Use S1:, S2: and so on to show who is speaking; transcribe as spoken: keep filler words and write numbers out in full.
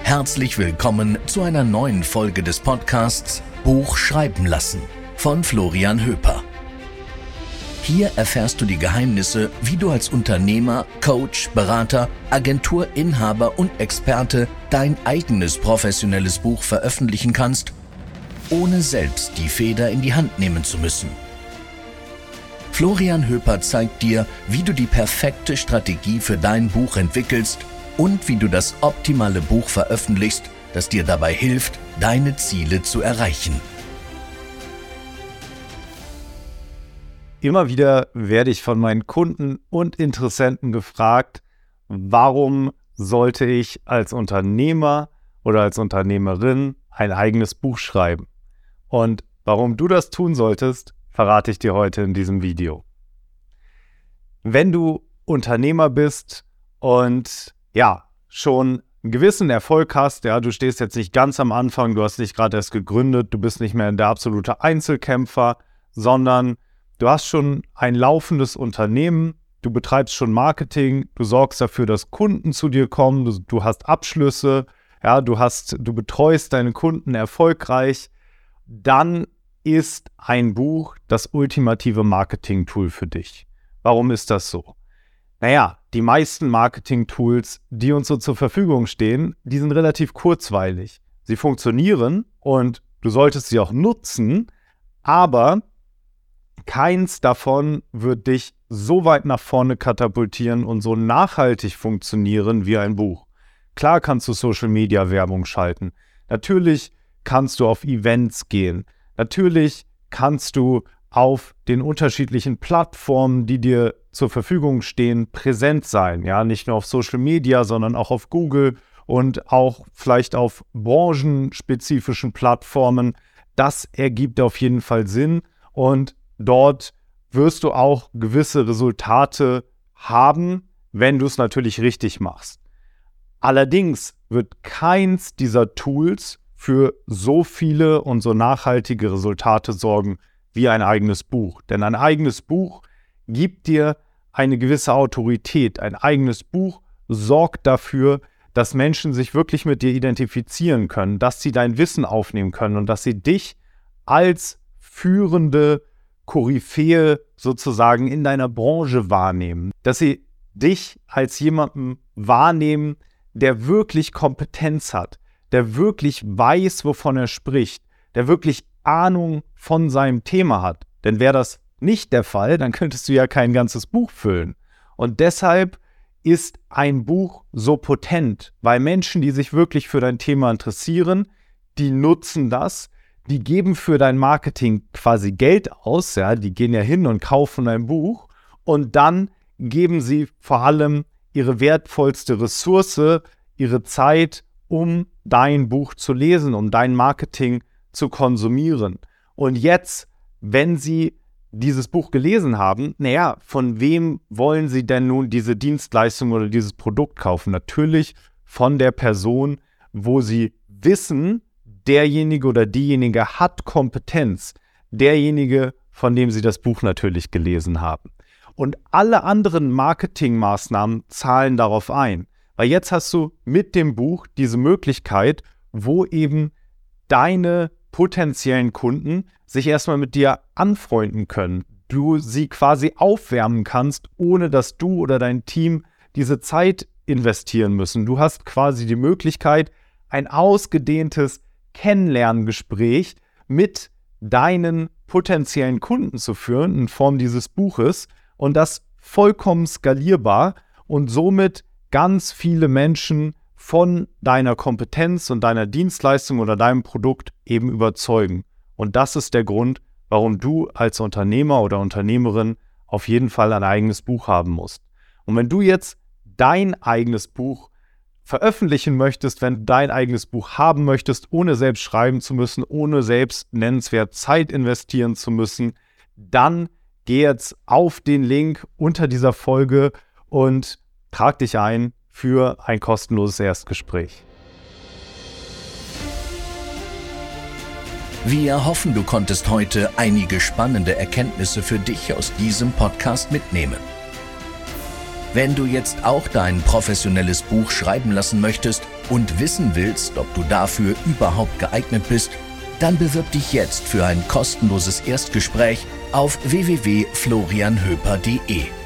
S1: Herzlich willkommen zu einer neuen Folge des Podcasts Buch schreiben lassen von Florian Höper. Hier erfährst du die Geheimnisse, wie du als Unternehmer, Coach, Berater, Agenturinhaber und Experte dein eigenes professionelles Buch veröffentlichen kannst, ohne selbst die Feder in die Hand nehmen zu müssen. Florian Höper zeigt dir, wie du die perfekte Strategie für dein Buch entwickelst und wie du das optimale Buch veröffentlichst, das dir dabei hilft, deine Ziele zu erreichen.
S2: Immer wieder werde ich von meinen Kunden und Interessenten gefragt, warum sollte ich als Unternehmer oder als Unternehmerin ein eigenes Buch schreiben? Und warum du das tun solltest, verrate ich dir heute in diesem Video. Wenn du Unternehmer bist und ja, schon einen gewissen Erfolg hast, ja, du stehst jetzt nicht ganz am Anfang, du hast dich gerade erst gegründet, du bist nicht mehr der absolute Einzelkämpfer, sondern du hast schon ein laufendes Unternehmen, du betreibst schon Marketing, du sorgst dafür, dass Kunden zu dir kommen, du, du hast Abschlüsse, ja, du hast, du betreust deine Kunden erfolgreich, dann ist ein Buch das ultimative Marketing-Tool für dich. Warum ist das so? Naja, die meisten Marketing-Tools, die uns so zur Verfügung stehen, die sind relativ kurzweilig. Sie funktionieren und du solltest sie auch nutzen, aber keins davon wird dich so weit nach vorne katapultieren und so nachhaltig funktionieren wie ein Buch. Klar kannst du Social-Media-Werbung schalten. Natürlich kannst du auf Events gehen. Natürlich kannst du auf den unterschiedlichen Plattformen, die dir zur Verfügung stehen, präsent sein. Ja, nicht nur auf Social Media, sondern auch auf Google und auch vielleicht auf branchenspezifischen Plattformen. Das ergibt auf jeden Fall Sinn und dort wirst du auch gewisse Resultate haben, wenn du es natürlich richtig machst. Allerdings wird keins dieser Tools für so viele und so nachhaltige Resultate sorgen wie ein eigenes Buch. Denn ein eigenes Buch gibt dir eine gewisse Autorität. Ein eigenes Buch sorgt dafür, dass Menschen sich wirklich mit dir identifizieren können, dass sie dein Wissen aufnehmen können und dass sie dich als führende Koryphäe sozusagen in deiner Branche wahrnehmen. Dass sie dich als jemanden wahrnehmen, der wirklich Kompetenz hat, der wirklich weiß, wovon er spricht, der wirklich Ahnung von seinem Thema hat. Denn wäre das nicht der Fall, dann könntest du ja kein ganzes Buch füllen. Und deshalb ist ein Buch so potent, weil Menschen, die sich wirklich für dein Thema interessieren, die nutzen das, die geben für dein Marketing quasi Geld aus, ja, die gehen ja hin und kaufen ein Buch und dann geben sie vor allem ihre wertvollste Ressource, ihre Zeit, um dein Buch zu lesen, um dein Marketing zu konsumieren. Und jetzt, wenn sie dieses Buch gelesen haben, naja, von wem wollen sie denn nun diese Dienstleistung oder dieses Produkt kaufen? Natürlich von der Person, wo sie wissen, derjenige oder diejenige hat Kompetenz. Derjenige, von dem sie das Buch natürlich gelesen haben. Und alle anderen Marketingmaßnahmen zahlen darauf ein. Weil jetzt hast du mit dem Buch diese Möglichkeit, wo eben deine potenziellen Kunden sich erstmal mit dir anfreunden können. Du sie quasi aufwärmen kannst, ohne dass du oder dein Team diese Zeit investieren müssen. Du hast quasi die Möglichkeit, ein ausgedehntes Kennenlerngespräch mit deinen potenziellen Kunden zu führen in Form dieses Buches und das vollkommen skalierbar und somit ganz viele Menschen von deiner Kompetenz und deiner Dienstleistung oder deinem Produkt eben überzeugen. Und das ist der Grund, warum du als Unternehmer oder Unternehmerin auf jeden Fall ein eigenes Buch haben musst. Und wenn du jetzt dein eigenes Buch veröffentlichen möchtest, wenn du dein eigenes Buch haben möchtest, ohne selbst schreiben zu müssen, ohne selbst nennenswert Zeit investieren zu müssen, dann geh jetzt auf den Link unter dieser Folge und trag dich ein für ein kostenloses Erstgespräch.
S1: Wir hoffen, du konntest heute einige spannende Erkenntnisse für dich aus diesem Podcast mitnehmen. Wenn du jetzt auch dein professionelles Buch schreiben lassen möchtest, und wissen willst, ob du dafür überhaupt geeignet bist, dann bewirb dich jetzt für ein kostenloses Erstgespräch auf w w w punkt florian höper punkt d e.